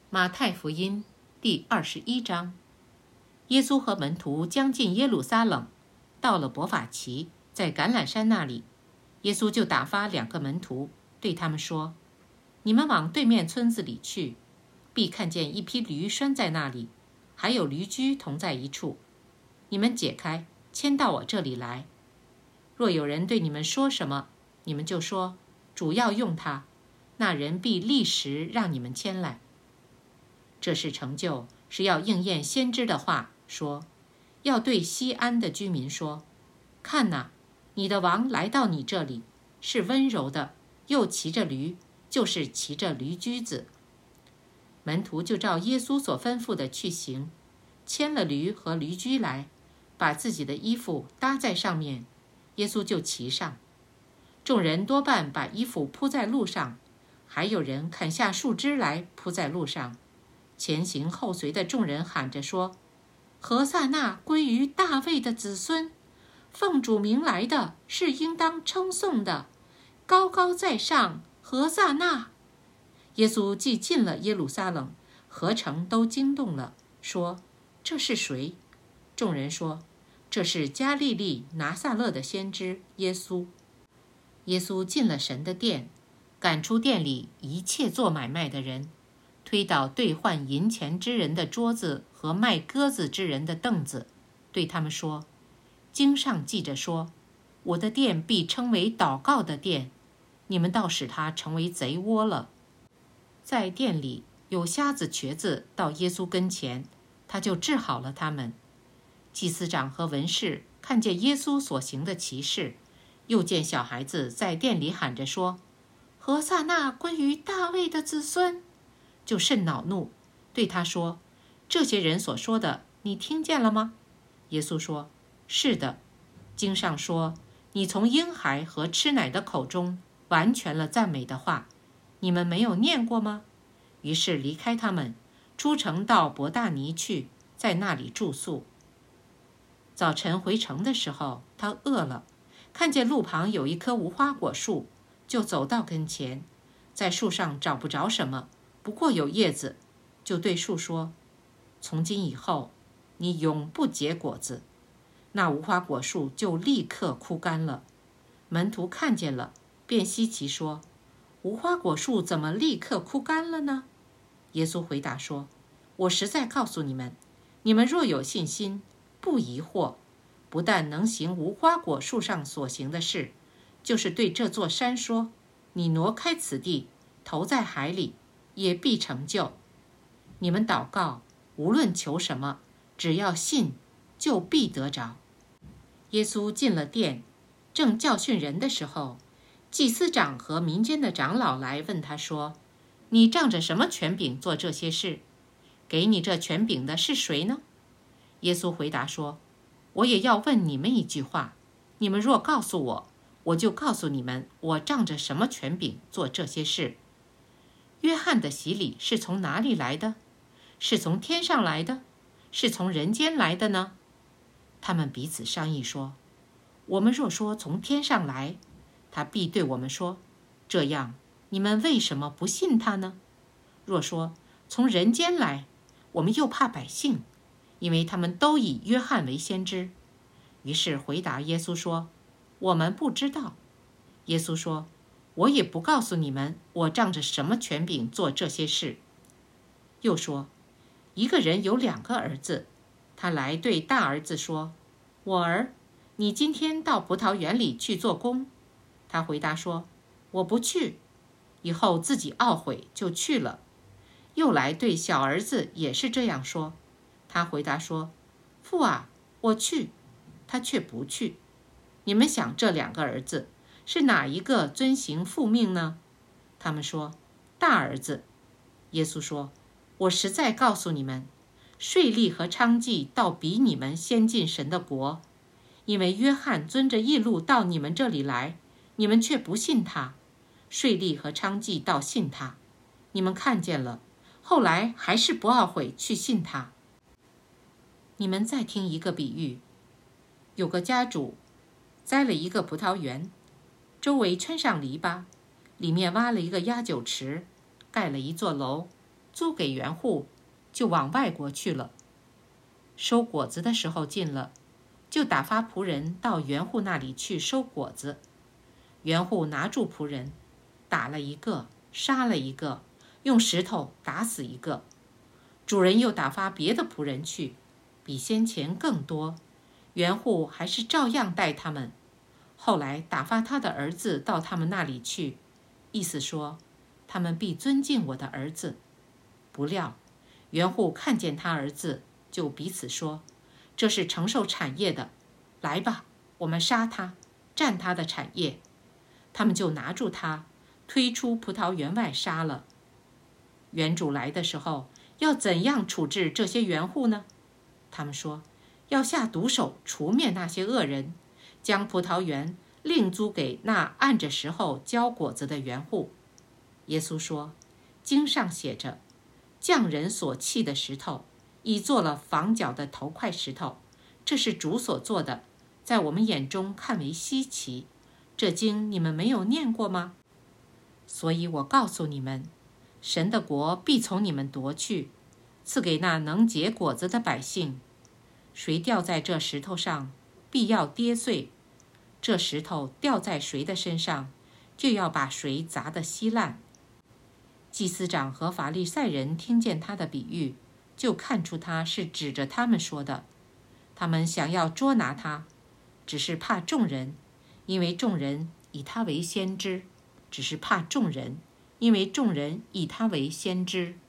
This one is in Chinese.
马太福音第21章，耶稣和门徒将近耶路撒冷，到了伯法其，在橄榄山那里，耶稣就打发2个门徒，对他们说：“你们往对面村子里去，必看见一匹驴拴在那里，还有驴驹同在一处。你们解开，牵到我这里来。若有人对你们说什么，你们就说：主要用它，那人必立时让你们牵来。”这是成就，是要应验先知的话，说：要对西安的居民说，看哪，你的王来到你这里，是温柔的，又骑着驴，就是骑着驴驹子。门徒就照耶稣所吩咐的去行，牵了驴和驴驹来，把自己的衣服搭在上面，耶稣就骑上。众人多半把衣服铺在路上，还有人砍下树枝来铺在路上。前行后随的众人喊着说：何塞那归于大卫的子孙，奉主名来的是应当称颂的，高高在上，何塞那。耶稣既进了耶路撒冷，合城都惊动了，说：这是谁？众人说：这是加利利拿撒勒的先知耶稣。耶稣进了神的殿，赶出殿里一切做买卖的人，推倒兑换银钱之人的桌子和卖鸽子之人的凳子，对他们说：经上记着说，我的殿必称为祷告的殿，你们倒使它成为贼窝了。在殿里有瞎子瘸子到耶稣跟前，他就治好了他们。祭司长和文士看见耶稣所行的奇事，又见小孩子在殿里喊着说：何塞那归于大卫的子孙，就甚恼怒，对他说：这些人所说的，你听见了吗？耶稣说：是的，经上说，你从婴孩和吃奶的口中完全了赞美的话，你们没有念过吗？于是离开他们，出城到伯大尼去，在那里住宿。早晨回城的时候，他饿了，看见路旁有一棵无花果树，就走到跟前，在树上找不着什么，不过有叶子，就对树说：从今以后，你永不结果子。那无花果树就立刻枯干了。门徒看见了，便稀奇说：无花果树怎么立刻枯干了呢？耶稣回答说：我实在告诉你们，你们若有信心，不疑惑，不但能行无花果树上所行的事，就是对这座山说：你挪开此地，投在海里，也必成就。你们祷告，无论求什么，只要信，就必得着。耶稣进了殿，正教训人的时候，祭司长和民间的长老来问他说：你仗着什么权柄做这些事？给你这权柄的是谁呢？耶稣回答说：我也要问你们一句话，你们若告诉我，我就告诉你们，我仗着什么权柄做这些事。约翰的洗礼是从哪里来的？是从天上来的？是从人间来的呢？他们彼此商议说：我们若说从天上来，他必对我们说：这样，你们为什么不信他呢？若说从人间来，我们又怕百姓，因为他们都以约翰为先知。于是回答耶稣说：我们不知道。耶稣说：我也不告诉你们，我仗着什么权柄做这些事。又说：一个人有2个儿子，他来对大儿子说：我儿，你今天到葡萄园里去做工。他回答说：我不去。以后自己懊悔，就去了。又来对小儿子也是这样说。他回答说：父啊，我去。他却不去。你们想这2个儿子，是哪一个遵行父命呢？他们说：大儿子。耶稣说：我实在告诉你们，税吏和娼妓倒比你们先进神的国。因为约翰遵着义路到你们这里来，你们却不信他；税吏和娼妓倒信他，你们看见了，后来还是不懊悔去信他。你们再听一个比喻，有个家主栽了一个葡萄园，周围圈上篱笆，里面挖了一个压酒池，盖了一座楼， 租给园户，就往外国去了。收果子的时候近了，就打发仆人到园户那里去收果子。园户拿住仆人，打了一个，杀了一个，用石头打死一个。主人又打发别的仆人去，比先前更多，园户还是照样待他们。后来打发他的儿子到他们那里去，意思说，他们必尊敬我的儿子。不料，园户看见他儿子，就彼此说，这是承受产业的，来吧，我们杀他，占他的产业。他们就拿住他，推出葡萄园外杀了。园主来的时候，要怎样处置这些园户呢？他们说，要下毒手除灭那些恶人，将葡萄园另租给那按着时候交果子的园户。耶稣说，经上写着，匠人所弃的石头，已做了房角的头块石头，这是主所做的，在我们眼中看为稀奇。这经你们没有念过吗？所以我告诉你们，神的国必从你们夺去，赐给那能结果子的百姓。谁掉在这石头上，必要跌碎；这石头掉在谁的身上，就要把谁砸得稀烂。祭司长和法利赛人听见他的比喻，就看出他是指着他们说的。他们想要捉拿他，只是怕众人，因为众人以他为先知。只是怕众人，因为众人以他为先知。